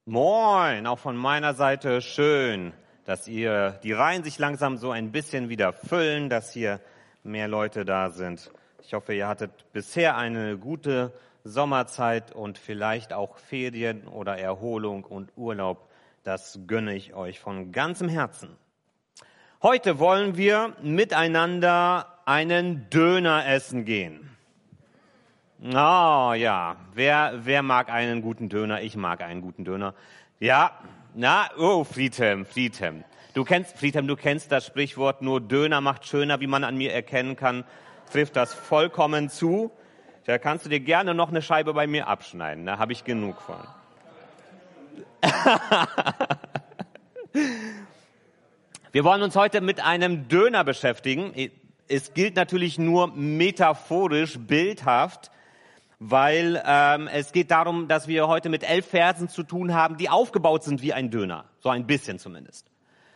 Moin, auch von meiner Seite schön, dass die Reihen sich langsam so ein bisschen wieder füllen, dass hier mehr Leute da sind. Ich hoffe, ihr hattet bisher eine gute Sommerzeit und vielleicht auch Ferien oder Erholung und Urlaub. Das gönne ich euch von ganzem Herzen. Heute wollen wir miteinander einen Döner essen gehen. Oh ja, wer mag einen guten Döner? Ich mag einen guten Döner. Ja, Friedhelm. Du kennst das Sprichwort, nur Döner macht schöner, wie man an mir erkennen kann, trifft das vollkommen zu. Da kannst du dir gerne noch eine Scheibe bei mir abschneiden, da habe ich genug von. Wir wollen uns heute mit einem Döner beschäftigen. Es gilt natürlich nur metaphorisch, bildhaft, weil es geht darum, dass wir heute mit 11 Versen zu tun haben, die aufgebaut sind wie ein Döner, so ein bisschen zumindest.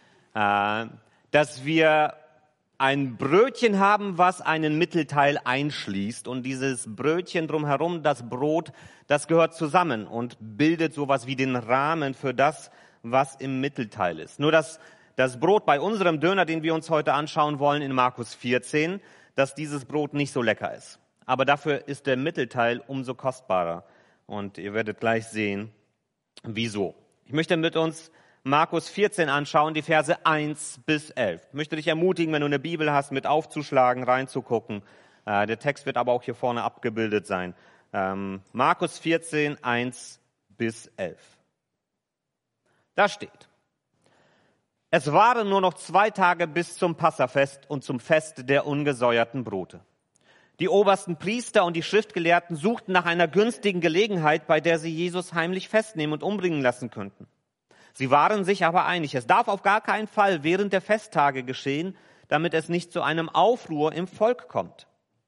Dass wir ein Brötchen haben, was einen Mittelteil einschließt und dieses Brötchen drumherum, das Brot, das gehört zusammen und bildet sowas wie den Rahmen für das, was im Mittelteil ist. Nur das Brot bei unserem Döner, den wir uns heute anschauen wollen in Markus 14, dass dieses Brot nicht so lecker ist. Aber dafür ist der Mittelteil umso kostbarer. Und ihr werdet gleich sehen, wieso. Ich möchte mit uns Markus 14 anschauen, die Verse 1 bis 11. Ich möchte dich ermutigen, wenn du eine Bibel hast, mit aufzuschlagen, reinzugucken. Der Text wird aber auch hier vorne abgebildet sein. Markus 14, 1 bis 11. Da steht: Es waren nur noch 2 Tage bis zum Passafest und zum Fest der ungesäuerten Brote. Die obersten Priester und die Schriftgelehrten suchten nach einer günstigen Gelegenheit, bei der sie Jesus heimlich festnehmen und umbringen lassen könnten. Sie waren sich aber einig, es darf auf gar keinen Fall während der Festtage geschehen, damit es nicht zu einem Aufruhr im Volk kommt.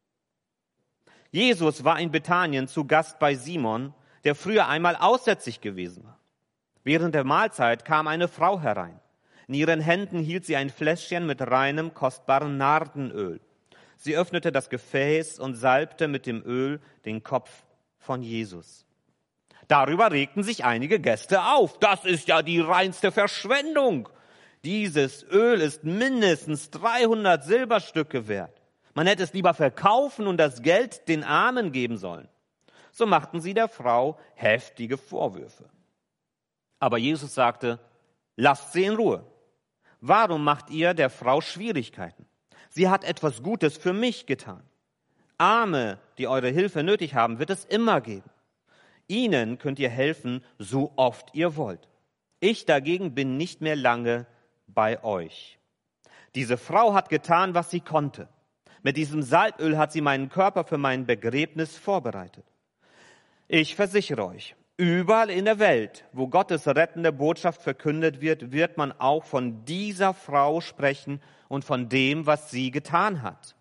Jesus war in Bethanien zu Gast bei Simon, der früher einmal aussätzig gewesen war. Während der Mahlzeit kam eine Frau herein. In ihren Händen hielt sie ein Fläschchen mit reinem, kostbaren Nardenöl. Sie öffnete das Gefäß und salbte mit dem Öl den Kopf von Jesus. Darüber regten sich einige Gäste auf. Das ist ja die reinste Verschwendung. Dieses Öl ist mindestens 300 Silberstücke wert. Man hätte es lieber verkaufen und das Geld den Armen geben sollen. So machten sie der Frau heftige Vorwürfe. Aber Jesus sagte: Lasst sie in Ruhe. Warum macht ihr der Frau Schwierigkeiten? Sie hat etwas Gutes für mich getan. Arme, die eure Hilfe nötig haben, wird es immer geben. Ihnen könnt ihr helfen, so oft ihr wollt. Ich dagegen bin nicht mehr lange bei euch. Diese Frau hat getan, was sie konnte. Mit diesem Salböl hat sie meinen Körper für mein Begräbnis vorbereitet. Ich versichere euch, überall in der Welt, wo Gottes rettende Botschaft verkündet wird, wird man auch von dieser Frau sprechen und von dem, was sie getan hat.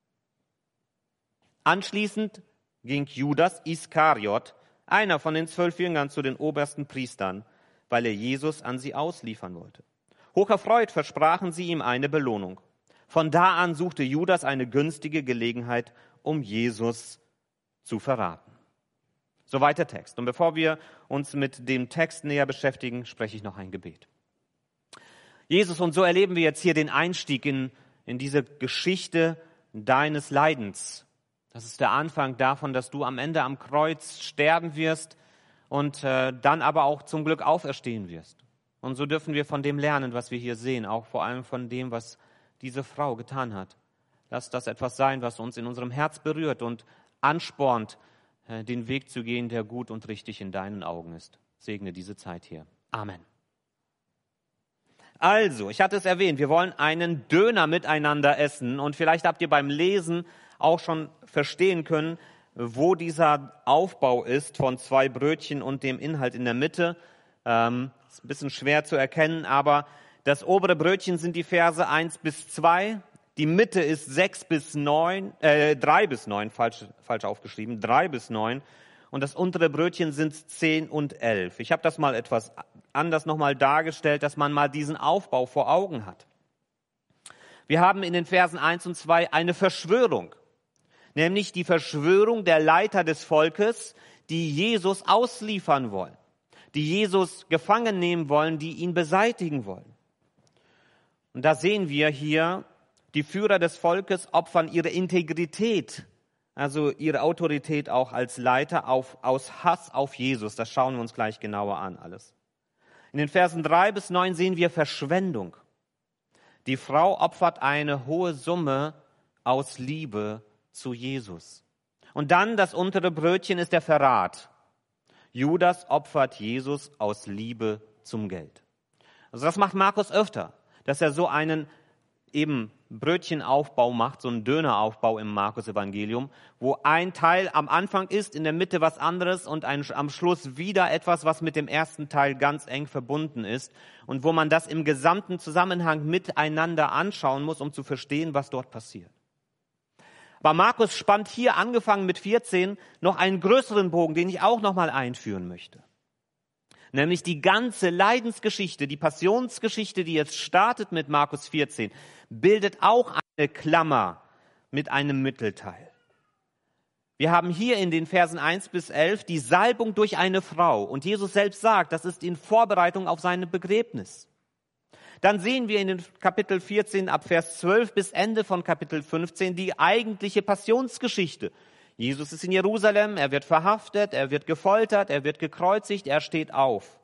Anschließend ging Judas Iskariot, einer von den 12 Jüngern, zu den obersten Priestern, weil er Jesus an sie ausliefern wollte. Hocherfreut versprachen sie ihm eine Belohnung. Von da an suchte Judas eine günstige Gelegenheit, um Jesus zu verraten. Soweit der Text. Und bevor wir uns mit dem Text näher beschäftigen, spreche ich noch ein Gebet. Jesus, und so erleben wir jetzt hier den Einstieg in diese Geschichte deines Leidens. Das ist der Anfang davon, dass du am Ende am Kreuz sterben wirst und dann aber auch zum Glück auferstehen wirst. Und so dürfen wir von dem lernen, was wir hier sehen, auch vor allem von dem, was diese Frau getan hat. Lass das etwas sein, was uns in unserem Herz berührt und anspornt, den Weg zu gehen, der gut und richtig in deinen Augen ist. Segne diese Zeit hier. Amen. Also, ich hatte es erwähnt, wir wollen einen Döner miteinander essen und vielleicht habt ihr beim Lesen auch schon verstehen können, wo dieser Aufbau ist von 2 Brötchen und dem Inhalt in der Mitte. Ist ein bisschen schwer zu erkennen, aber das obere Brötchen sind die Verse 1 bis 2. Die Mitte ist 3 bis 9, falsch aufgeschrieben, 3 bis 9. Und das untere Brötchen sind 10 und 11. Ich habe das mal etwas anders nochmal dargestellt, dass man mal diesen Aufbau vor Augen hat. Wir haben in den Versen 1 und 2 eine Verschwörung, nämlich die Verschwörung der Leiter des Volkes, die Jesus ausliefern wollen. die Jesus gefangen nehmen wollen, die ihn beseitigen wollen. Und da sehen wir hier, die Führer des Volkes opfern ihre Integrität, also ihre Autorität auch als Leiter aus Hass auf Jesus. Das schauen wir uns gleich genauer an alles. In den Versen 3-9 sehen wir Verschwendung. Die Frau opfert eine hohe Summe aus Liebe zu Jesus. Und dann das untere Brötchen ist der Verrat. Judas opfert Jesus aus Liebe zum Geld. Also das macht Markus öfter, dass er so einen eben Brötchenaufbau macht, so einen Döneraufbau im Markus-Evangelium, wo ein Teil am Anfang ist, in der Mitte was anderes und am Schluss wieder etwas, was mit dem ersten Teil ganz eng verbunden ist und wo man das im gesamten Zusammenhang miteinander anschauen muss, um zu verstehen, was dort passiert. Aber Markus spannt hier, angefangen mit 14, noch einen größeren Bogen, den ich auch nochmal einführen möchte. Nämlich die ganze Leidensgeschichte, die Passionsgeschichte, die jetzt startet mit Markus 14, bildet auch eine Klammer mit einem Mittelteil. Wir haben hier in den Versen 1-11 die Salbung durch eine Frau. Und Jesus selbst sagt, das ist in Vorbereitung auf seine Begräbnis. Dann sehen wir in den Kapitel 14 ab Vers 12 bis Ende von Kapitel 15 die eigentliche Passionsgeschichte. Jesus ist in Jerusalem, er wird verhaftet, er wird gefoltert, er wird gekreuzigt, er steht auf.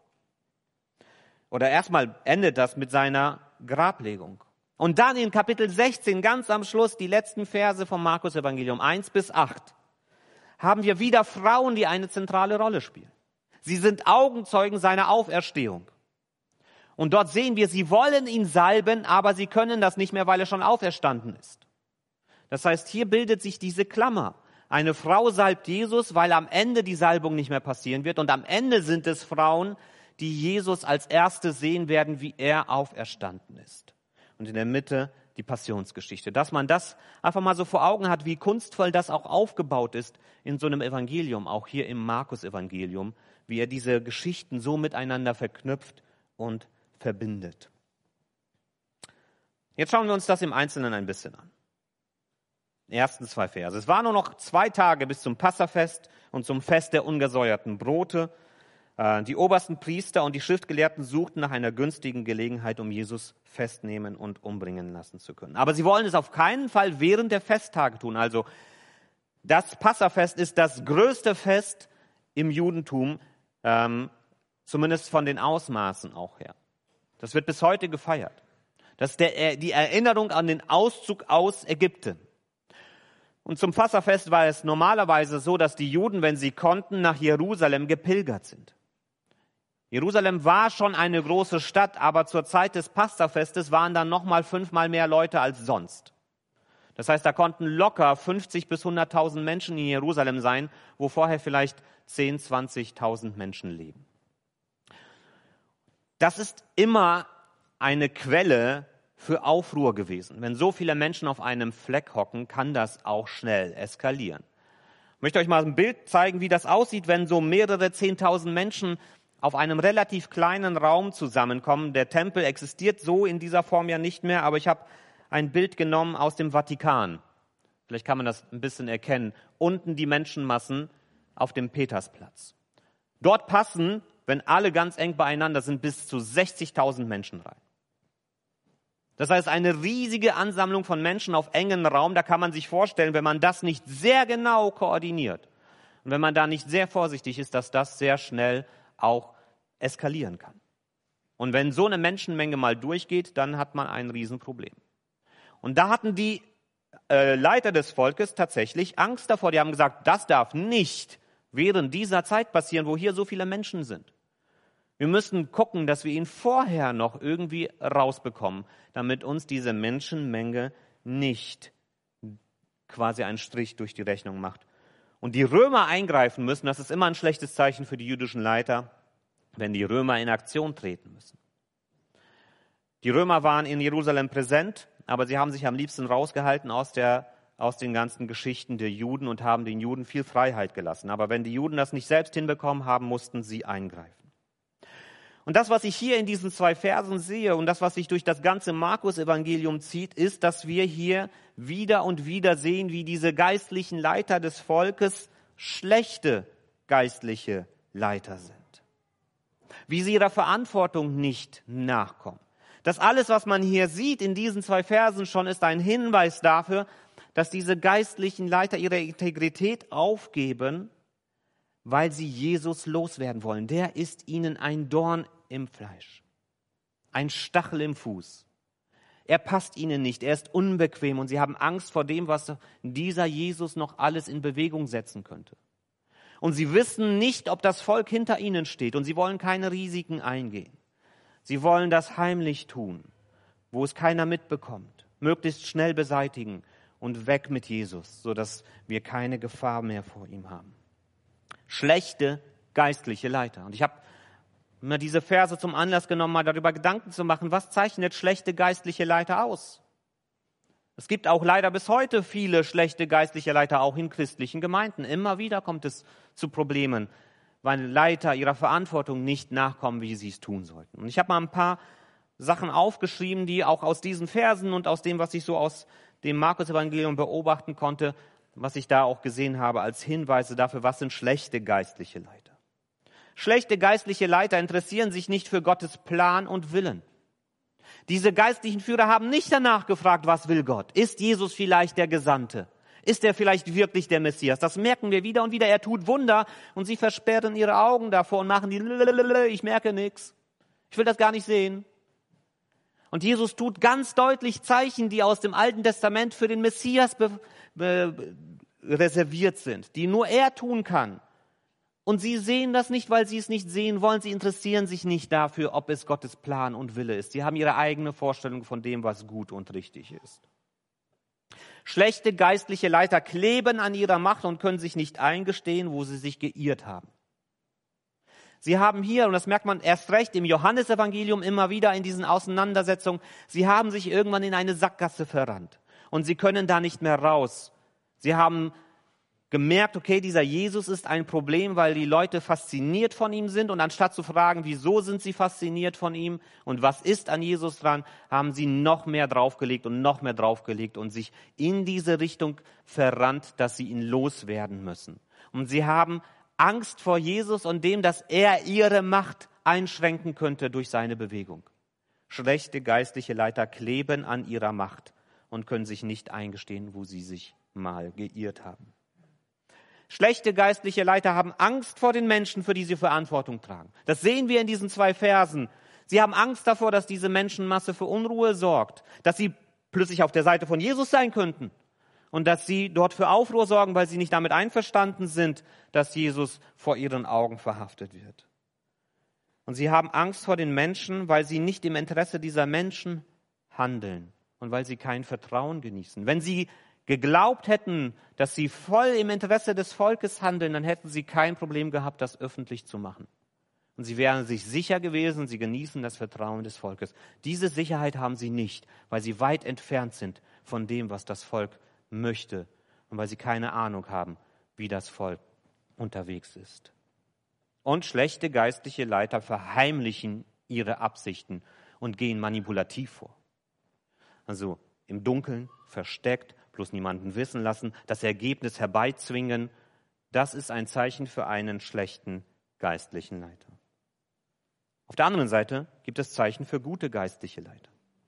Oder erstmal endet das mit seiner Grablegung. Und dann in Kapitel 16, ganz am Schluss, die letzten Verse vom Markus-Evangelium 1-8, haben wir wieder Frauen, die eine zentrale Rolle spielen. Sie sind Augenzeugen seiner Auferstehung. Und dort sehen wir, sie wollen ihn salben, aber sie können das nicht mehr, weil er schon auferstanden ist. Das heißt, hier bildet sich diese Klammer. Eine Frau salbt Jesus, weil am Ende die Salbung nicht mehr passieren wird. Und am Ende sind es Frauen, die Jesus als Erste sehen werden, wie er auferstanden ist. Und in der Mitte die Passionsgeschichte. Dass man das einfach mal so vor Augen hat, wie kunstvoll das auch aufgebaut ist in so einem Evangelium, auch hier im Markus-Evangelium, wie er diese Geschichten so miteinander verknüpft und verbindet. Jetzt schauen wir uns das im Einzelnen ein bisschen an. Die ersten 2 Verse. Es waren nur noch 2 Tage bis zum Passafest und zum Fest der ungesäuerten Brote. Die obersten Priester und die Schriftgelehrten suchten nach einer günstigen Gelegenheit, um Jesus festnehmen und umbringen lassen zu können. Aber sie wollen es auf keinen Fall während der Festtage tun. Also das Passafest ist das größte Fest im Judentum, zumindest von den Ausmaßen auch her. Das wird bis heute gefeiert. Das ist die Erinnerung an den Auszug aus Ägypten. Und zum Passafest war es normalerweise so, dass die Juden, wenn sie konnten, nach Jerusalem gepilgert sind. Jerusalem war schon eine große Stadt, aber zur Zeit des Passafestes waren dann nochmal 5-mal mehr Leute als sonst. Das heißt, da konnten locker 50.000 bis 100.000 Menschen in Jerusalem sein, wo vorher vielleicht 10.000, 20.000 Menschen leben. Das ist immer eine Quelle für Aufruhr gewesen. Wenn so viele Menschen auf einem Fleck hocken, kann das auch schnell eskalieren. Ich möchte euch mal ein Bild zeigen, wie das aussieht, wenn so mehrere 10.000 Menschen auf einem relativ kleinen Raum zusammenkommen. Der Tempel existiert so in dieser Form ja nicht mehr, aber ich habe ein Bild genommen aus dem Vatikan. Vielleicht kann man das ein bisschen erkennen. Unten die Menschenmassen auf dem Petersplatz. Dort passen, wenn alle ganz eng beieinander sind, bis zu 60.000 Menschen rein. Das heißt, eine riesige Ansammlung von Menschen auf engen Raum, da kann man sich vorstellen, wenn man das nicht sehr genau koordiniert und wenn man da nicht sehr vorsichtig ist, dass das sehr schnell auch eskalieren kann. Und wenn so eine Menschenmenge mal durchgeht, dann hat man ein Riesenproblem. Und da hatten die Leiter des Volkes tatsächlich Angst davor. Die haben gesagt, das darf nicht während dieser Zeit passieren, wo hier so viele Menschen sind. Wir müssen gucken, dass wir ihn vorher noch irgendwie rausbekommen, damit uns diese Menschenmenge nicht quasi einen Strich durch die Rechnung macht. Und die Römer eingreifen müssen, das ist immer ein schlechtes Zeichen für die jüdischen Leiter, wenn die Römer in Aktion treten müssen. Die Römer waren in Jerusalem präsent, aber sie haben sich am liebsten rausgehalten aus den ganzen Geschichten der Juden und haben den Juden viel Freiheit gelassen. Aber wenn die Juden das nicht selbst hinbekommen haben, mussten sie eingreifen. Und das, was ich hier in diesen 2 Versen sehe und das, was sich durch das ganze Markus-Evangelium zieht, ist, dass wir hier wieder und wieder sehen, wie diese geistlichen Leiter des Volkes schlechte geistliche Leiter sind. wie sie ihrer Verantwortung nicht nachkommen. Das alles, was man hier sieht in diesen 2 Versen schon, ist ein Hinweis dafür, dass diese geistlichen Leiter ihre Integrität aufgeben, weil sie Jesus loswerden wollen. Der ist ihnen ein Dorn im Fleisch, ein Stachel im Fuß. Er passt ihnen nicht, er ist unbequem und sie haben Angst vor dem, was dieser Jesus noch alles in Bewegung setzen könnte. Und sie wissen nicht, ob das Volk hinter ihnen steht und sie wollen keine Risiken eingehen. Sie wollen das heimlich tun, wo es keiner mitbekommt, möglichst schnell beseitigen und weg mit Jesus, sodass wir keine Gefahr mehr vor ihm haben. Schlechte geistliche Leiter. Und ich habe mir diese Verse zum Anlass genommen, mal darüber Gedanken zu machen, was zeichnet schlechte geistliche Leiter aus? Es gibt auch leider bis heute viele schlechte geistliche Leiter, auch in christlichen Gemeinden. Immer wieder kommt es zu Problemen, weil Leiter ihrer Verantwortung nicht nachkommen, wie sie es tun sollten. Und ich habe mal ein paar Sachen aufgeschrieben, die auch aus diesen Versen und aus dem, was ich so aus dem Markus-Evangelium beobachten konnte, was ich da auch gesehen habe als Hinweise dafür, was sind schlechte geistliche Leiter. Schlechte geistliche Leiter interessieren sich nicht für Gottes Plan und Willen. Diese geistlichen Führer haben nicht danach gefragt, was will Gott? Ist Jesus vielleicht der Gesandte? Ist er vielleicht wirklich der Messias? Das merken wir wieder und wieder. Er tut Wunder und sie versperren ihre Augen davor und machen die ich merke nichts. Ich will das gar nicht sehen. Und Jesus tut ganz deutlich Zeichen, die aus dem Alten Testament für den Messias reserviert sind, die nur er tun kann. Und sie sehen das nicht, weil sie es nicht sehen wollen. Sie interessieren sich nicht dafür, ob es Gottes Plan und Wille ist. Sie haben ihre eigene Vorstellung von dem, was gut und richtig ist. Schlechte geistliche Leiter kleben an ihrer Macht und können sich nicht eingestehen, wo sie sich geirrt haben. Sie haben hier, und das merkt man erst recht im Johannesevangelium immer wieder in diesen Auseinandersetzungen, sie haben sich irgendwann in eine Sackgasse verrannt und sie können da nicht mehr raus. Sie haben gemerkt, okay, dieser Jesus ist ein Problem, weil die Leute fasziniert von ihm sind und anstatt zu fragen, wieso sind sie fasziniert von ihm und was ist an Jesus dran, haben sie noch mehr draufgelegt und sich in diese Richtung verrannt, dass sie ihn loswerden müssen. Und sie haben Angst vor Jesus und dem, dass er ihre Macht einschränken könnte durch seine Bewegung. Schlechte geistliche Leiter kleben an ihrer Macht und können sich nicht eingestehen, wo sie sich mal geirrt haben. Schlechte geistliche Leiter haben Angst vor den Menschen, für die sie Verantwortung tragen. Das sehen wir in diesen 2 Versen. Sie haben Angst davor, dass diese Menschenmasse für Unruhe sorgt, dass sie plötzlich auf der Seite von Jesus sein könnten und dass sie dort für Aufruhr sorgen, weil sie nicht damit einverstanden sind, dass Jesus vor ihren Augen verhaftet wird. Und sie haben Angst vor den Menschen, weil sie nicht im Interesse dieser Menschen handeln und weil sie kein Vertrauen genießen. Wenn sie geglaubt hätten, dass sie voll im Interesse des Volkes handeln, dann hätten sie kein Problem gehabt, das öffentlich zu machen. Und sie wären sich sicher gewesen, sie genießen das Vertrauen des Volkes. Diese Sicherheit haben sie nicht, weil sie weit entfernt sind von dem, was das Volk möchte und weil sie keine Ahnung haben, wie das Volk unterwegs ist. Und schlechte geistliche Leiter verheimlichen ihre Absichten und gehen manipulativ vor. Also im Dunkeln, versteckt, bloß niemanden wissen lassen, das Ergebnis herbeizwingen, das ist ein Zeichen für einen schlechten geistlichen Leiter. Auf der anderen Seite gibt es Zeichen für gute geistliche Leiter.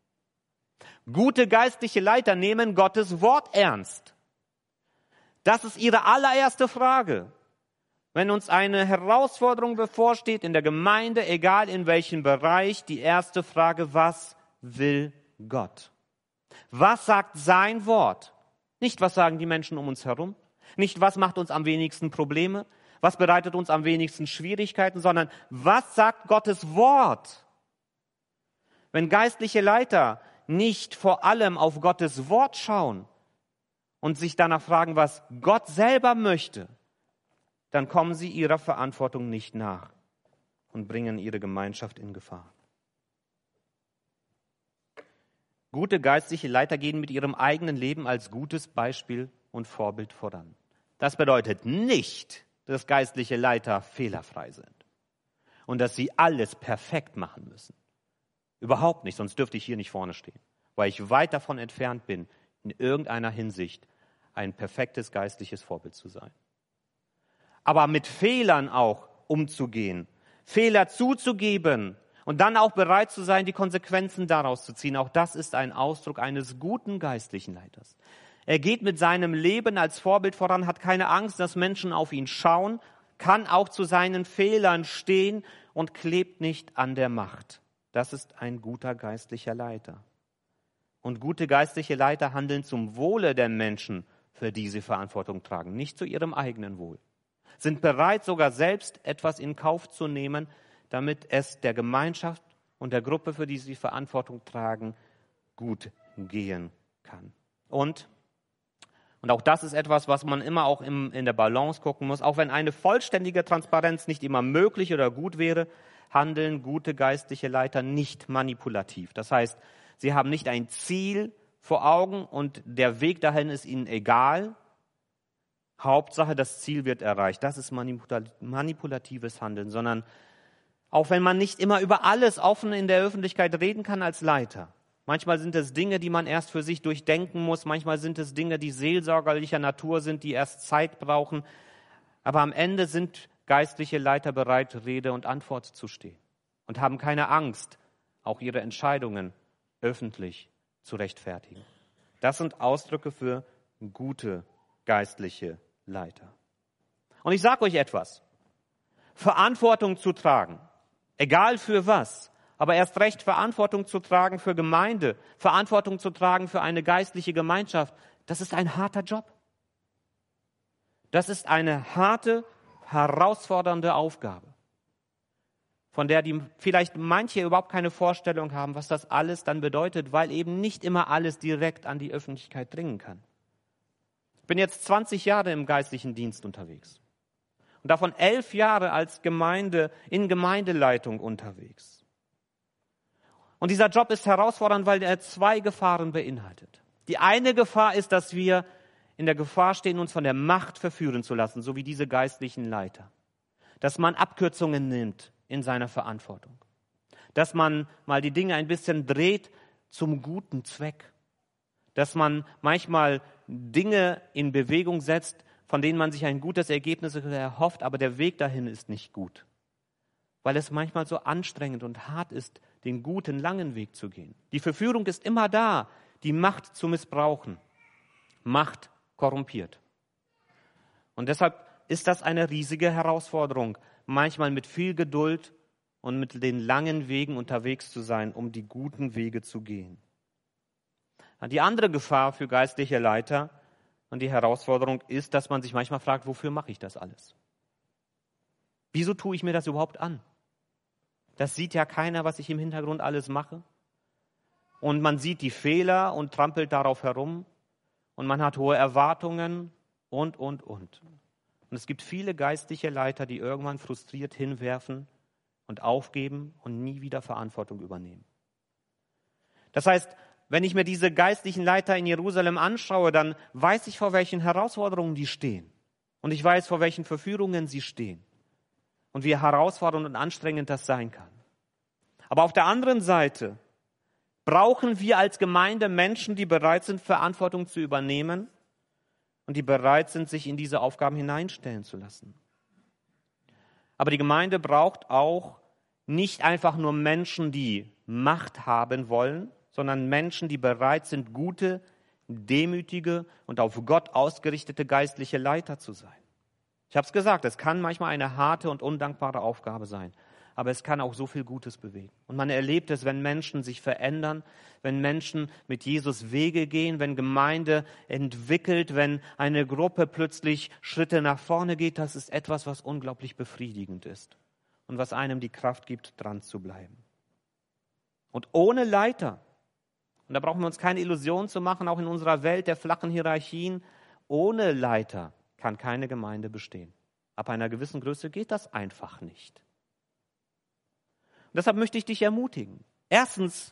Gute geistliche Leiter nehmen Gottes Wort ernst. Das ist ihre allererste Frage. Wenn uns eine Herausforderung bevorsteht in der Gemeinde, egal in welchem Bereich, die erste Frage, was will Gott? Was sagt sein Wort? Nicht, was sagen die Menschen um uns herum, nicht, was macht uns am wenigsten Probleme, was bereitet uns am wenigsten Schwierigkeiten, sondern was sagt Gottes Wort? Wenn geistliche Leiter nicht vor allem auf Gottes Wort schauen und sich danach fragen, was Gott selber möchte, dann kommen sie ihrer Verantwortung nicht nach und bringen ihre Gemeinschaft in Gefahr. Gute geistliche Leiter gehen mit ihrem eigenen Leben als gutes Beispiel und Vorbild voran. Das bedeutet nicht, dass geistliche Leiter fehlerfrei sind und dass sie alles perfekt machen müssen. Überhaupt nicht, sonst dürfte ich hier nicht vorne stehen, weil ich weit davon entfernt bin, in irgendeiner Hinsicht ein perfektes geistliches Vorbild zu sein. Aber mit Fehlern auch umzugehen, Fehler zuzugeben und dann auch bereit zu sein, die Konsequenzen daraus zu ziehen. Auch das ist ein Ausdruck eines guten geistlichen Leiters. Er geht mit seinem Leben als Vorbild voran, hat keine Angst, dass Menschen auf ihn schauen, kann auch zu seinen Fehlern stehen und klebt nicht an der Macht. Das ist ein guter geistlicher Leiter. Und gute geistliche Leiter handeln zum Wohle der Menschen, für die sie Verantwortung tragen, nicht zu ihrem eigenen Wohl. Sind bereit, sogar selbst etwas in Kauf zu nehmen, damit es der Gemeinschaft und der Gruppe, für die sie Verantwortung tragen, gut gehen kann. Und auch das ist etwas, was man immer auch in der Balance gucken muss. Auch wenn eine vollständige Transparenz nicht immer möglich oder gut wäre, handeln gute geistliche Leiter nicht manipulativ. Das heißt, sie haben nicht ein Ziel vor Augen und der Weg dahin ist ihnen egal. Hauptsache, das Ziel wird erreicht. Das ist manipulatives Handeln, sondern auch wenn man nicht immer über alles offen in der Öffentlichkeit reden kann als Leiter. Manchmal sind es Dinge, die man erst für sich durchdenken muss. Manchmal sind es Dinge, die seelsorgerlicher Natur sind, die erst Zeit brauchen. Aber am Ende sind geistliche Leiter bereit, Rede und Antwort zu stehen und haben keine Angst, auch ihre Entscheidungen öffentlich zu rechtfertigen. Das sind Ausdrücke für gute geistliche Leiter. Und ich sage euch etwas. Verantwortung zu tragen, egal für was, aber erst recht Verantwortung zu tragen für Gemeinde, Verantwortung zu tragen für eine geistliche Gemeinschaft, das ist ein harter Job. Das ist eine harte, herausfordernde Aufgabe, von der die vielleicht manche überhaupt keine Vorstellung haben, was das alles dann bedeutet, weil eben nicht immer alles direkt an die Öffentlichkeit dringen kann. Ich bin jetzt 20 Jahre im geistlichen Dienst unterwegs und davon 11 Jahre als in Gemeindeleitung unterwegs. Und dieser Job ist herausfordernd, weil er 2 Gefahren beinhaltet. Die eine Gefahr ist, dass wir in der Gefahr stehen, uns von der Macht verführen zu lassen, so wie diese geistlichen Leiter. Dass man Abkürzungen nimmt in seiner Verantwortung. Dass man mal die Dinge ein bisschen dreht zum guten Zweck. Dass man manchmal Dinge in Bewegung setzt, von denen man sich ein gutes Ergebnis erhofft, aber der Weg dahin ist nicht gut. Weil es manchmal so anstrengend und hart ist, den guten, langen Weg zu gehen. Die Verführung ist immer da, die Macht zu missbrauchen. Macht korrumpiert. Und deshalb ist das eine riesige Herausforderung, manchmal mit viel Geduld und mit den langen Wegen unterwegs zu sein, um die guten Wege zu gehen. Die andere Gefahr für geistliche Leiter und die Herausforderung ist, dass man sich manchmal fragt, wofür mache ich das alles? Wieso tue ich mir das überhaupt an? Das sieht ja keiner, was ich im Hintergrund alles mache. Und man sieht die Fehler und trampelt darauf herum. Und man hat hohe Erwartungen und. Und es gibt viele geistliche Leiter, die irgendwann frustriert hinwerfen und aufgeben und nie wieder Verantwortung übernehmen. Das heißt, wenn ich mir diese geistlichen Leiter in Jerusalem anschaue, dann weiß ich, vor welchen Herausforderungen die stehen. Und ich weiß, vor welchen Verführungen sie stehen. Und wie herausfordernd und anstrengend das sein kann. Aber auf der anderen Seite brauchen wir als Gemeinde Menschen, die bereit sind, Verantwortung zu übernehmen und die bereit sind, sich in diese Aufgaben hineinstellen zu lassen. Aber die Gemeinde braucht auch nicht einfach nur Menschen, die Macht haben wollen, sondern Menschen, die bereit sind, gute, demütige und auf Gott ausgerichtete geistliche Leiter zu sein. Ich habe es gesagt, es kann manchmal eine harte und undankbare Aufgabe sein, aber es kann auch so viel Gutes bewegen. Und man erlebt es, wenn Menschen sich verändern, wenn Menschen mit Jesus Wege gehen, wenn Gemeinde entwickelt, wenn eine Gruppe plötzlich Schritte nach vorne geht. Das ist etwas, was unglaublich befriedigend ist und was einem die Kraft gibt, dran zu bleiben. Und ohne Leiter, und da brauchen wir uns keine Illusion zu machen, auch in unserer Welt der flachen Hierarchien, ohne Leiter kann keine Gemeinde bestehen. Ab einer gewissen Größe geht das einfach nicht. Und deshalb möchte ich dich ermutigen. Erstens,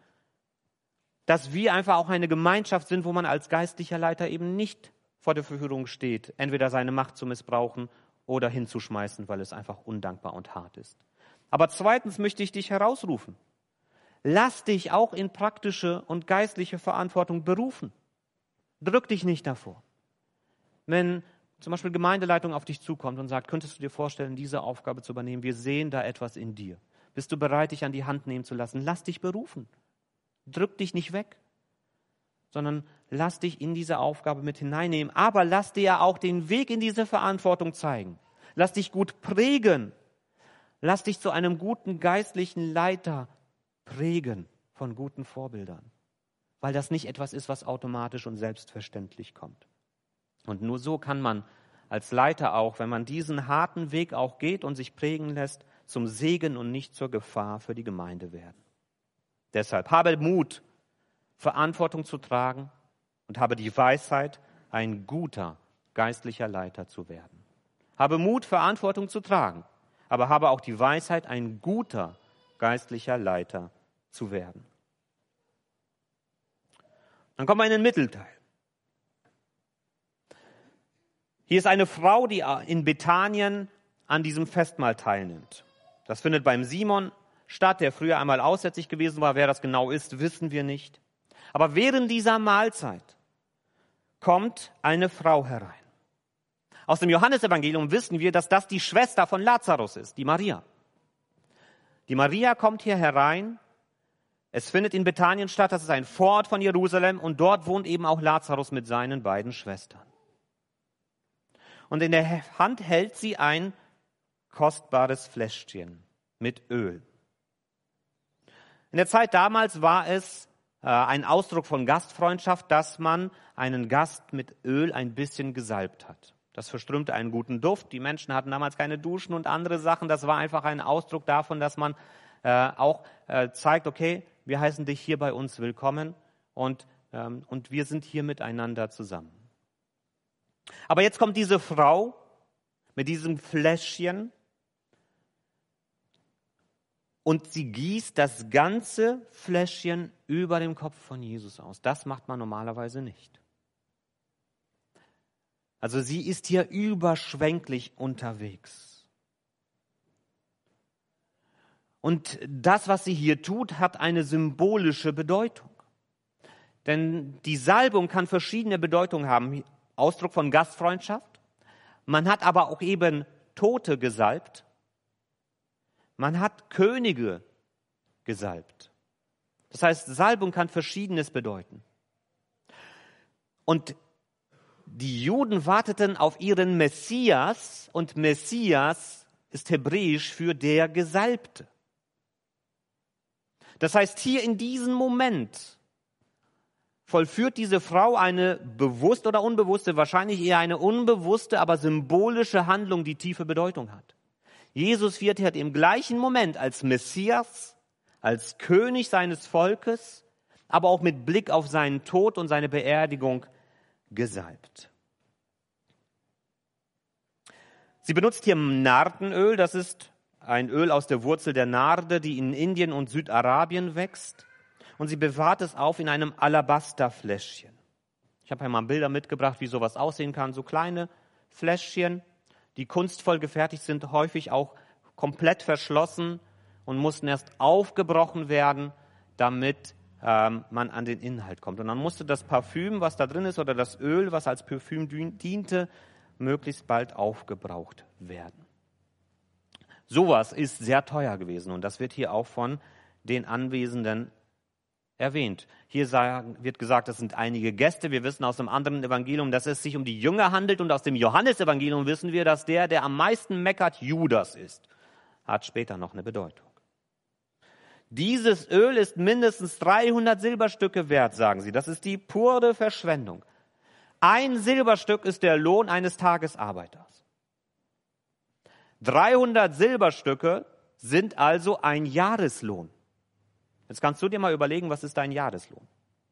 dass wir einfach auch eine Gemeinschaft sind, wo man als geistlicher Leiter eben nicht vor der Verführung steht, entweder seine Macht zu missbrauchen oder hinzuschmeißen, weil es einfach undankbar und hart ist. Aber zweitens möchte ich dich herausrufen. Lass dich auch in praktische und geistliche Verantwortung berufen. Drück dich nicht davor. Wenn zum Beispiel Gemeindeleitung auf dich zukommt und sagt, könntest du dir vorstellen, diese Aufgabe zu übernehmen? Wir sehen da etwas in dir. Bist du bereit, dich an die Hand nehmen zu lassen? Lass dich berufen. Drück dich nicht weg, sondern lass dich in diese Aufgabe mit hineinnehmen. Aber lass dir ja auch den Weg in diese Verantwortung zeigen. Lass dich gut prägen. Lass dich zu einem guten geistlichen Leiter prägen von guten Vorbildern. Weil das nicht etwas ist, was automatisch und selbstverständlich kommt. Und nur so kann man als Leiter auch, wenn man diesen harten Weg auch geht und sich prägen lässt, zum Segen und nicht zur Gefahr für die Gemeinde werden. Deshalb habe Mut, Verantwortung zu tragen und habe die Weisheit, ein guter geistlicher Leiter zu werden. Habe Mut, Verantwortung zu tragen, aber habe auch die Weisheit, ein guter geistlicher Leiter zu werden. Dann kommen wir in den Mittelteil. Hier ist eine Frau, die in Bethanien an diesem Festmahl teilnimmt. Das findet beim Simon statt, der früher einmal aussätzig gewesen war. Wer das genau ist, wissen wir nicht. Aber während dieser Mahlzeit kommt eine Frau herein. Aus dem Johannesevangelium wissen wir, dass das die Schwester von Lazarus ist, die Maria. Die Maria kommt hier herein. Es findet in Bethanien statt, das ist ein Vorort von Jerusalem, und dort wohnt eben auch Lazarus mit seinen beiden Schwestern. Und in der Hand hält sie ein kostbares Fläschchen mit Öl. In der Zeit damals war es ein Ausdruck von Gastfreundschaft, dass man einen Gast mit Öl ein bisschen gesalbt hat. Das verströmte einen guten Duft. Die Menschen hatten damals keine Duschen und andere Sachen. Das war einfach ein Ausdruck davon, dass man auch zeigt, okay, wir heißen dich hier bei uns willkommen und wir sind hier miteinander zusammen. Aber jetzt kommt diese Frau mit diesem Fläschchen und sie gießt das ganze Fläschchen über dem Kopf von Jesus aus. Das macht man normalerweise nicht. Also sie ist hier überschwänglich unterwegs. Und das, was sie hier tut, hat eine symbolische Bedeutung. Denn die Salbung kann verschiedene Bedeutungen haben. Ausdruck von Gastfreundschaft. Man hat aber auch eben Tote gesalbt. Man hat Könige gesalbt. Das heißt, Salbung kann Verschiedenes bedeuten. Und die Juden warteten auf ihren Messias und Messias ist hebräisch für der Gesalbte. Das heißt, hier in diesem Moment vollführt diese Frau eine bewusste oder unbewusste, wahrscheinlich eher eine unbewusste, aber symbolische Handlung, die tiefe Bedeutung hat. Jesus wird hier im gleichen Moment als Messias, als König seines Volkes, aber auch mit Blick auf seinen Tod und seine Beerdigung gesalbt. Sie benutzt hier Nardenöl, das ist ein Öl aus der Wurzel der Narde, die in Indien und Südarabien wächst. Und sie bewahrt es auf in einem Alabasterfläschchen. Ich habe einmal Bilder mitgebracht, wie sowas aussehen kann. So kleine Fläschchen, die kunstvoll gefertigt sind, häufig auch komplett verschlossen und mussten erst aufgebrochen werden, damit man an den Inhalt kommt. Und dann musste das Parfüm, was da drin ist, oder das Öl, was als Parfüm diente, möglichst bald aufgebraucht werden. Sowas ist sehr teuer gewesen und das wird hier auch von den Anwesenden erwähnt. Hier wird gesagt, das sind einige Gäste. Wir wissen aus dem anderen Evangelium, dass es sich um die Jünger handelt. Und aus dem Johannesevangelium wissen wir, dass der am meisten meckert, Judas ist. Hat später noch eine Bedeutung. Dieses Öl ist mindestens 300 Silberstücke wert, sagen sie. Das ist die pure Verschwendung. Ein Silberstück ist der Lohn eines Tagesarbeiters. 300 Silberstücke sind also ein Jahreslohn. Jetzt kannst du dir mal überlegen, was ist dein Jahreslohn?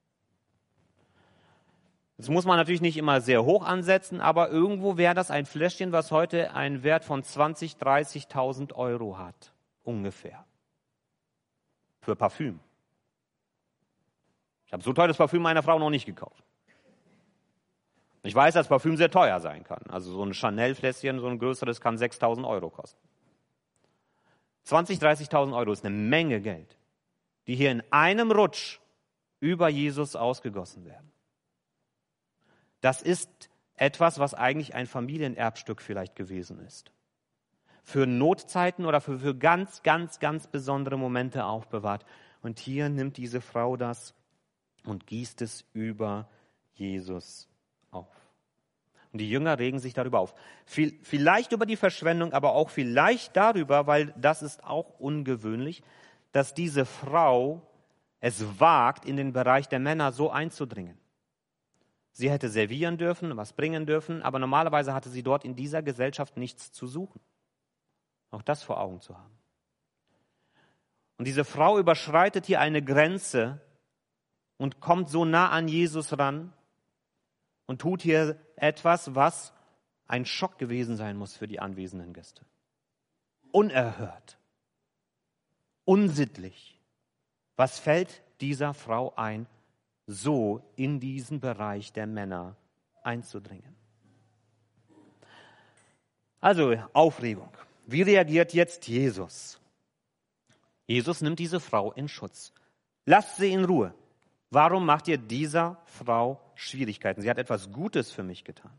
Jetzt muss man natürlich nicht immer sehr hoch ansetzen, aber irgendwo wäre das ein Fläschchen, was heute einen Wert von 20.000, 30.000 Euro hat, ungefähr. Für Parfüm. Ich habe so teures Parfüm meiner Frau noch nicht gekauft. Ich weiß, dass Parfüm sehr teuer sein kann. Also so ein Chanel-Fläschchen, so ein größeres, kann 6.000 Euro kosten. 20.000, 30.000 Euro ist eine Menge Geld, die hier in einem Rutsch über Jesus ausgegossen werden. Das ist etwas, was eigentlich ein Familienerbstück vielleicht gewesen ist. Für Notzeiten oder für ganz, ganz, ganz besondere Momente aufbewahrt. Und hier nimmt diese Frau das und gießt es über Jesus auf. Und die Jünger regen sich darüber auf. Vielleicht über die Verschwendung, aber auch vielleicht darüber, weil das ist auch ungewöhnlich, dass diese Frau es wagt, in den Bereich der Männer so einzudringen. Sie hätte servieren dürfen, was bringen dürfen, aber normalerweise hatte sie dort in dieser Gesellschaft nichts zu suchen. Auch das vor Augen zu haben. Und diese Frau überschreitet hier eine Grenze und kommt so nah an Jesus ran und tut hier etwas, was ein Schock gewesen sein muss für die anwesenden Gäste. Unerhört, unsittlich. Was fällt dieser Frau ein, so in diesen Bereich der Männer einzudringen? Also Aufregung. Wie reagiert jetzt Jesus? Jesus nimmt diese Frau in Schutz. Lasst sie in Ruhe. Warum macht ihr dieser Frau Schwierigkeiten? Sie hat etwas Gutes für mich getan.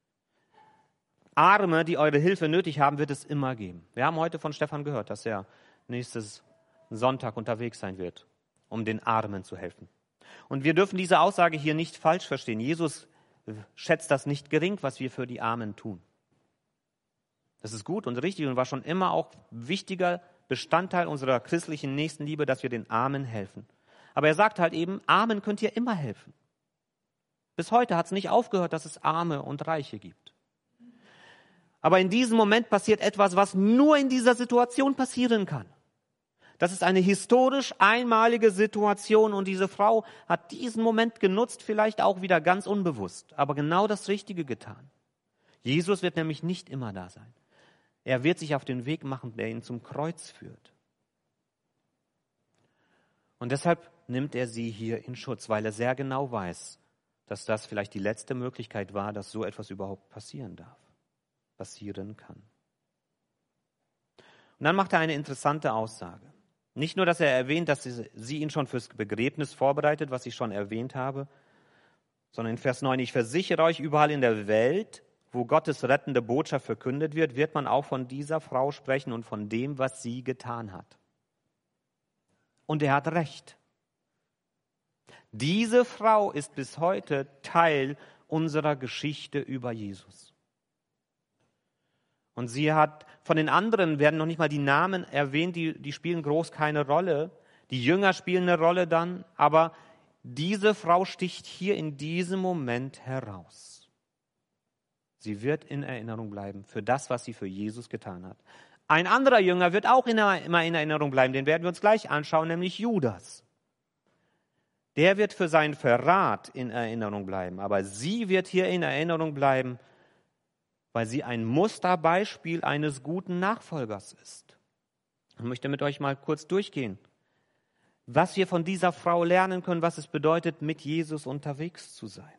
Arme, die eure Hilfe nötig haben, wird es immer geben. Wir haben heute von Stefan gehört, dass er nächstes Sonntag unterwegs sein wird, um den Armen zu helfen. Und wir dürfen diese Aussage hier nicht falsch verstehen. Jesus schätzt das nicht gering, was wir für die Armen tun. Das ist gut und richtig und war schon immer auch wichtiger Bestandteil unserer christlichen Nächstenliebe, dass wir den Armen helfen. Aber er sagt halt eben, Armen könnt ihr immer helfen. Bis heute hat es nicht aufgehört, dass es Arme und Reiche gibt. Aber in diesem Moment passiert etwas, was nur in dieser Situation passieren kann. Das ist eine historisch einmalige Situation und diese Frau hat diesen Moment genutzt, vielleicht auch wieder ganz unbewusst, aber genau das Richtige getan. Jesus wird nämlich nicht immer da sein. Er wird sich auf den Weg machen, der ihn zum Kreuz führt. Und deshalb nimmt er sie hier in Schutz, weil er sehr genau weiß, dass das vielleicht die letzte Möglichkeit war, dass so etwas überhaupt passieren kann. Und dann macht er eine interessante Aussage. Nicht nur, dass er erwähnt, dass sie ihn schon fürs Begräbnis vorbereitet, was ich schon erwähnt habe, sondern in Vers 9, ich versichere euch, überall in der Welt, wo Gottes rettende Botschaft verkündet wird man auch von dieser Frau sprechen und von dem, was sie getan hat. Und er hat recht. Diese Frau ist bis heute Teil unserer Geschichte über Jesus. Und sie hat, von den anderen werden noch nicht mal die Namen erwähnt, die spielen groß keine Rolle. Die Jünger spielen eine Rolle dann, aber diese Frau sticht hier in diesem Moment heraus. Sie wird in Erinnerung bleiben für das, was sie für Jesus getan hat. Ein anderer Jünger wird auch immer in Erinnerung bleiben, den werden wir uns gleich anschauen, nämlich Judas. Der wird für seinen Verrat in Erinnerung bleiben, aber sie wird hier in Erinnerung bleiben, weil sie ein Musterbeispiel eines guten Nachfolgers ist. Ich möchte mit euch mal kurz durchgehen, was wir von dieser Frau lernen können, was es bedeutet, mit Jesus unterwegs zu sein.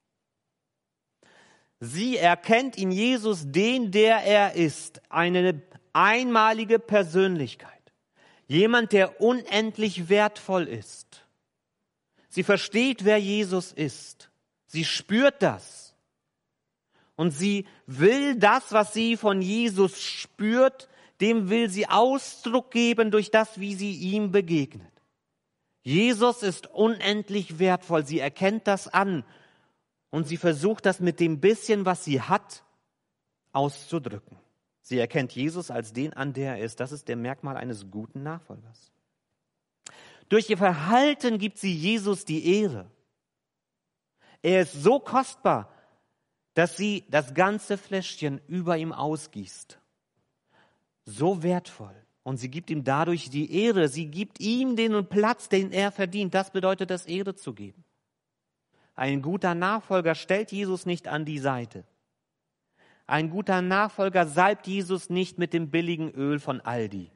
Sie erkennt in Jesus den, der er ist, eine einmalige Persönlichkeit, jemand, der unendlich wertvoll ist. Sie versteht, wer Jesus ist. Sie spürt das. Und sie will das, was sie von Jesus spürt, dem will sie Ausdruck geben durch das, wie sie ihm begegnet. Jesus ist unendlich wertvoll. Sie erkennt das an. Und sie versucht das mit dem bisschen, was sie hat, auszudrücken. Sie erkennt Jesus als den an, der er ist. Das ist der Merkmal eines guten Nachfolgers. Durch ihr Verhalten gibt sie Jesus die Ehre. Er ist so kostbar, dass sie das ganze Fläschchen über ihm ausgießt. So wertvoll. Und sie gibt ihm dadurch die Ehre. Sie gibt ihm den Platz, den er verdient. Das bedeutet es, Ehre zu geben. Ein guter Nachfolger stellt Jesus nicht an die Seite. Ein guter Nachfolger salbt Jesus nicht mit dem billigen Öl von Aldi.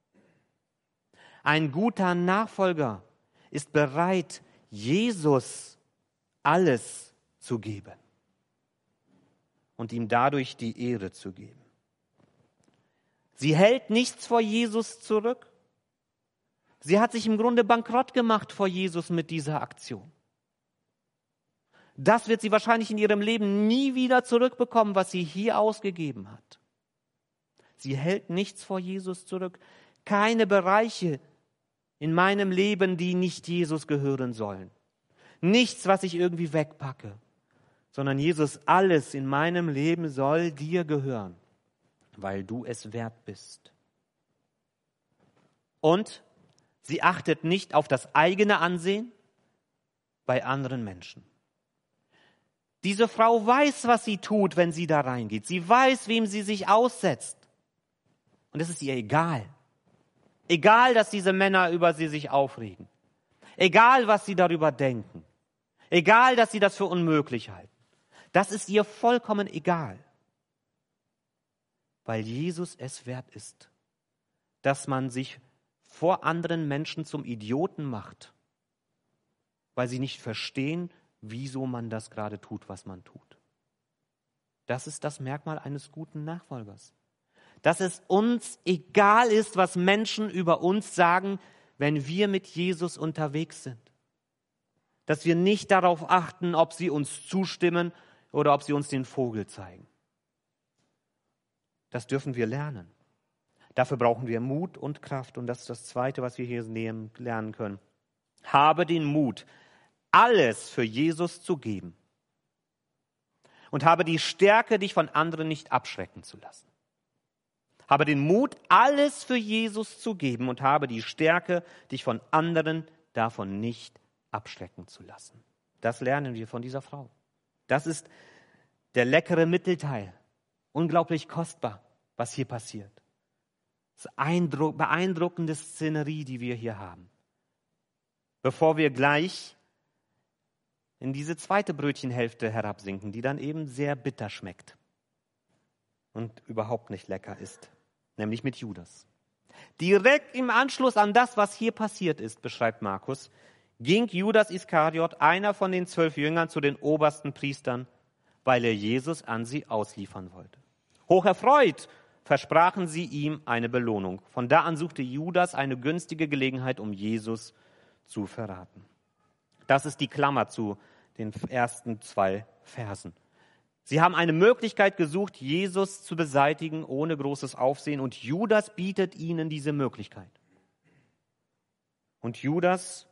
Ein guter Nachfolger ist bereit, Jesus alles zu geben und ihm dadurch die Ehre zu geben. Sie hält nichts vor Jesus zurück. Sie hat sich im Grunde bankrott gemacht vor Jesus mit dieser Aktion. Das wird sie wahrscheinlich in ihrem Leben nie wieder zurückbekommen, was sie hier ausgegeben hat. Sie hält nichts vor Jesus zurück. Keine Bereiche in meinem Leben, die nicht Jesus gehören sollen. Nichts, was ich irgendwie wegpacke, sondern Jesus, alles in meinem Leben soll dir gehören, weil du es wert bist. Und sie achtet nicht auf das eigene Ansehen bei anderen Menschen. Diese Frau weiß, was sie tut, wenn sie da reingeht. Sie weiß, wem sie sich aussetzt. Und es ist ihr egal. Egal, dass diese Männer über sie sich aufregen. Egal, was sie darüber denken. Egal, dass sie das für unmöglich halten. Das ist ihr vollkommen egal. Weil Jesus es wert ist, dass man sich vor anderen Menschen zum Idioten macht, weil sie nicht verstehen, wieso man das gerade tut, was man tut. Das ist das Merkmal eines guten Nachfolgers. Dass es uns egal ist, was Menschen über uns sagen, wenn wir mit Jesus unterwegs sind. Dass wir nicht darauf achten, ob sie uns zustimmen oder ob sie uns den Vogel zeigen. Das dürfen wir lernen. Dafür brauchen wir Mut und Kraft. Und das ist das Zweite, was wir hier lernen können. Habe den Mut, alles für Jesus zu geben. Und habe die Stärke, dich von anderen nicht abschrecken zu lassen. Habe den Mut, alles für Jesus zu geben und habe die Stärke, dich von anderen davon nicht abschrecken zu lassen. Das lernen wir von dieser Frau. Das ist der leckere Mittelteil. Unglaublich kostbar, was hier passiert. Das ist beeindruckende Szenerie, die wir hier haben. Bevor wir gleich in diese zweite Brötchenhälfte herabsinken, die dann eben sehr bitter schmeckt und überhaupt nicht lecker ist, nämlich mit Judas. Direkt im Anschluss an das, was hier passiert ist, beschreibt Markus, ging Judas Iskariot, einer von den 12 Jüngern, zu den obersten Priestern, weil er Jesus an sie ausliefern wollte. Hocherfreut versprachen sie ihm eine Belohnung. Von da an suchte Judas eine günstige Gelegenheit, um Jesus zu verraten. Das ist die Klammer zu den ersten 2 Versen. Sie haben eine Möglichkeit gesucht, Jesus zu beseitigen, ohne großes Aufsehen. Und Judas bietet ihnen diese Möglichkeit. Und Judas,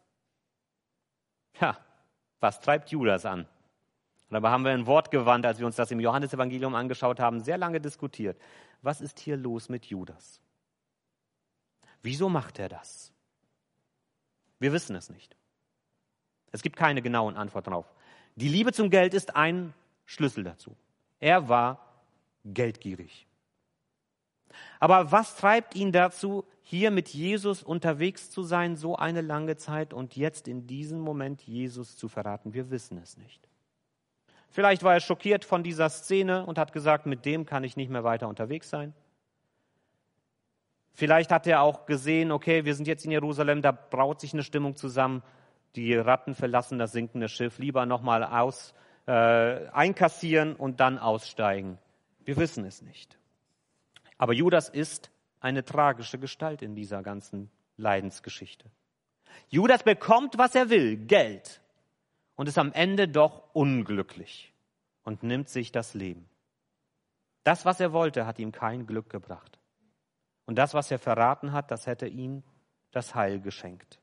was treibt Judas an? Dabei haben wir ein Wortgewand, als wir uns das im Johannesevangelium angeschaut haben, sehr lange diskutiert. Was ist hier los mit Judas? Wieso macht er das? Wir wissen es nicht. Es gibt keine genauen Antworten darauf. Die Liebe zum Geld ist ein Schlüssel dazu. Er war geldgierig. Aber was treibt ihn dazu, hier mit Jesus unterwegs zu sein, so eine lange Zeit und jetzt in diesem Moment Jesus zu verraten? Wir wissen es nicht. Vielleicht war er schockiert von dieser Szene und hat gesagt, mit dem kann ich nicht mehr weiter unterwegs sein. Vielleicht hat er auch gesehen, okay, wir sind jetzt in Jerusalem, da braut sich eine Stimmung zusammen. Die Ratten verlassen das sinkende Schiff, lieber nochmal einkassieren und dann aussteigen. Wir wissen es nicht. Aber Judas ist eine tragische Gestalt in dieser ganzen Leidensgeschichte. Judas bekommt, was er will, Geld, und ist am Ende doch unglücklich und nimmt sich das Leben. Das, was er wollte, hat ihm kein Glück gebracht. Und das, was er verraten hat, das hätte ihm das Heil geschenkt.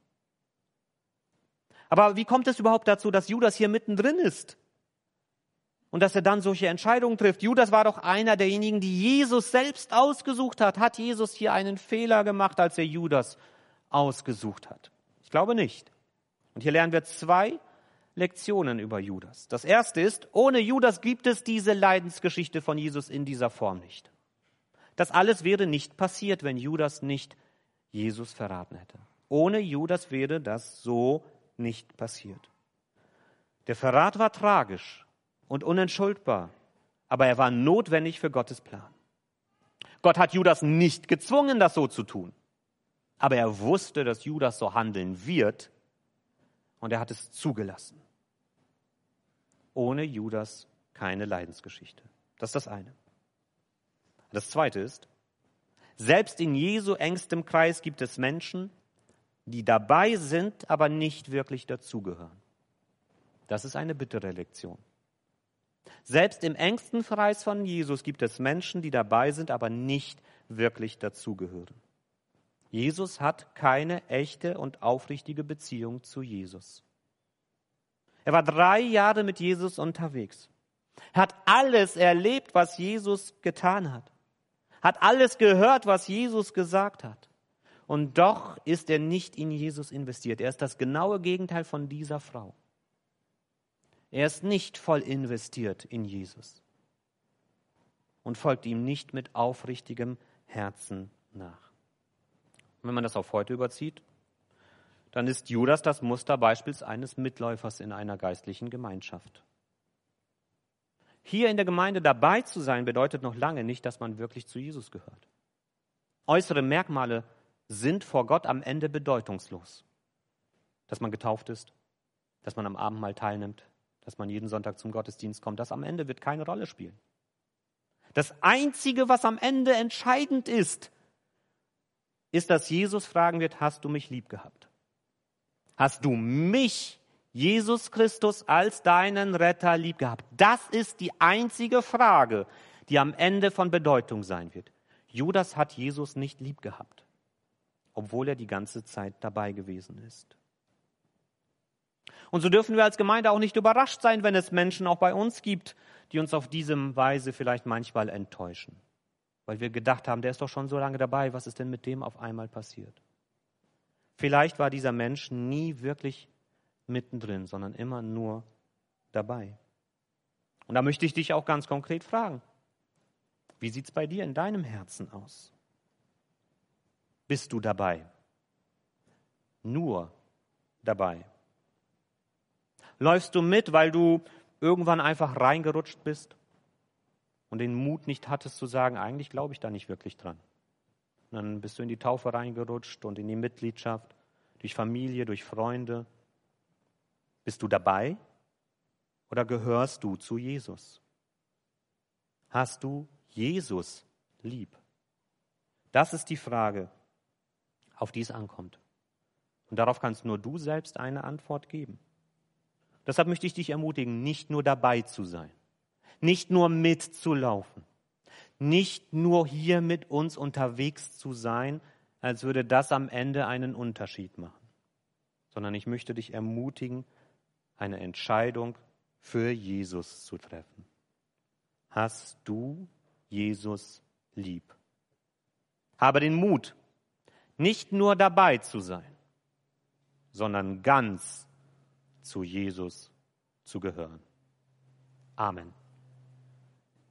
Aber wie kommt es überhaupt dazu, dass Judas hier mittendrin ist? Und dass er dann solche Entscheidungen trifft? Judas war doch einer derjenigen, die Jesus selbst ausgesucht hat. Hat Jesus hier einen Fehler gemacht, als er Judas ausgesucht hat? Ich glaube nicht. Und hier lernen wir 2 Lektionen über Judas. Das erste ist, ohne Judas gibt es diese Leidensgeschichte von Jesus in dieser Form nicht. Das alles wäre nicht passiert, wenn Judas nicht Jesus verraten hätte. Ohne Judas wäre das so nicht passiert. Der Verrat war tragisch und unentschuldbar, aber er war notwendig für Gottes Plan. Gott hat Judas nicht gezwungen, das so zu tun, aber er wusste, dass Judas so handeln wird und er hat es zugelassen. Ohne Judas keine Leidensgeschichte. Das ist das eine. Das zweite ist, selbst in Jesu engstem Kreis gibt es Menschen, die dabei sind, aber nicht wirklich dazugehören. Das ist eine bittere Lektion. Selbst im engsten Kreis von Jesus gibt es Menschen, die dabei sind, aber nicht wirklich dazugehören. Jesus hat keine echte und aufrichtige Beziehung zu Jesus. Er war 3 Jahre mit Jesus unterwegs. Er hat alles erlebt, was Jesus getan hat. Hat alles gehört, was Jesus gesagt hat. Und doch ist er nicht in Jesus investiert. Er ist das genaue Gegenteil von dieser Frau. Er ist nicht voll investiert in Jesus und folgt ihm nicht mit aufrichtigem Herzen nach. Und wenn man das auf heute überzieht, dann ist Judas das Musterbeispiel eines Mitläufers in einer geistlichen Gemeinschaft. Hier in der Gemeinde dabei zu sein, bedeutet noch lange nicht, dass man wirklich zu Jesus gehört. Äußere Merkmale sind vor Gott am Ende bedeutungslos. Dass man getauft ist, dass man am Abendmahl teilnimmt, dass man jeden Sonntag zum Gottesdienst kommt, das am Ende wird keine Rolle spielen. Das Einzige, was am Ende entscheidend ist, dass Jesus fragen wird, hast du mich lieb gehabt? Hast du mich, Jesus Christus, als deinen Retter lieb gehabt? Das ist die einzige Frage, die am Ende von Bedeutung sein wird. Judas hat Jesus nicht lieb gehabt, obwohl er die ganze Zeit dabei gewesen ist. Und so dürfen wir als Gemeinde auch nicht überrascht sein, wenn es Menschen auch bei uns gibt, die uns auf diese Weise vielleicht manchmal enttäuschen. Weil wir gedacht haben, der ist doch schon so lange dabei, was ist denn mit dem auf einmal passiert? Vielleicht war dieser Mensch nie wirklich mittendrin, sondern immer nur dabei. Und da möchte ich dich auch ganz konkret fragen, wie sieht es bei dir in deinem Herzen aus? Bist du dabei? Nur dabei? Läufst du mit, weil du irgendwann einfach reingerutscht bist und den Mut nicht hattest zu sagen, eigentlich glaube ich da nicht wirklich dran? Und dann bist du in die Taufe reingerutscht und in die Mitgliedschaft, durch Familie, durch Freunde. Bist du dabei oder gehörst du zu Jesus? Hast du Jesus lieb? Das ist die Frage, auf die es ankommt. Und darauf kannst nur du selbst eine Antwort geben. Deshalb möchte ich dich ermutigen, nicht nur dabei zu sein, nicht nur mitzulaufen, nicht nur hier mit uns unterwegs zu sein, als würde das am Ende einen Unterschied machen, sondern ich möchte dich ermutigen, eine Entscheidung für Jesus zu treffen. Hast du Jesus lieb? Habe den Mut, nicht nur dabei zu sein, sondern ganz zu Jesus zu gehören. Amen.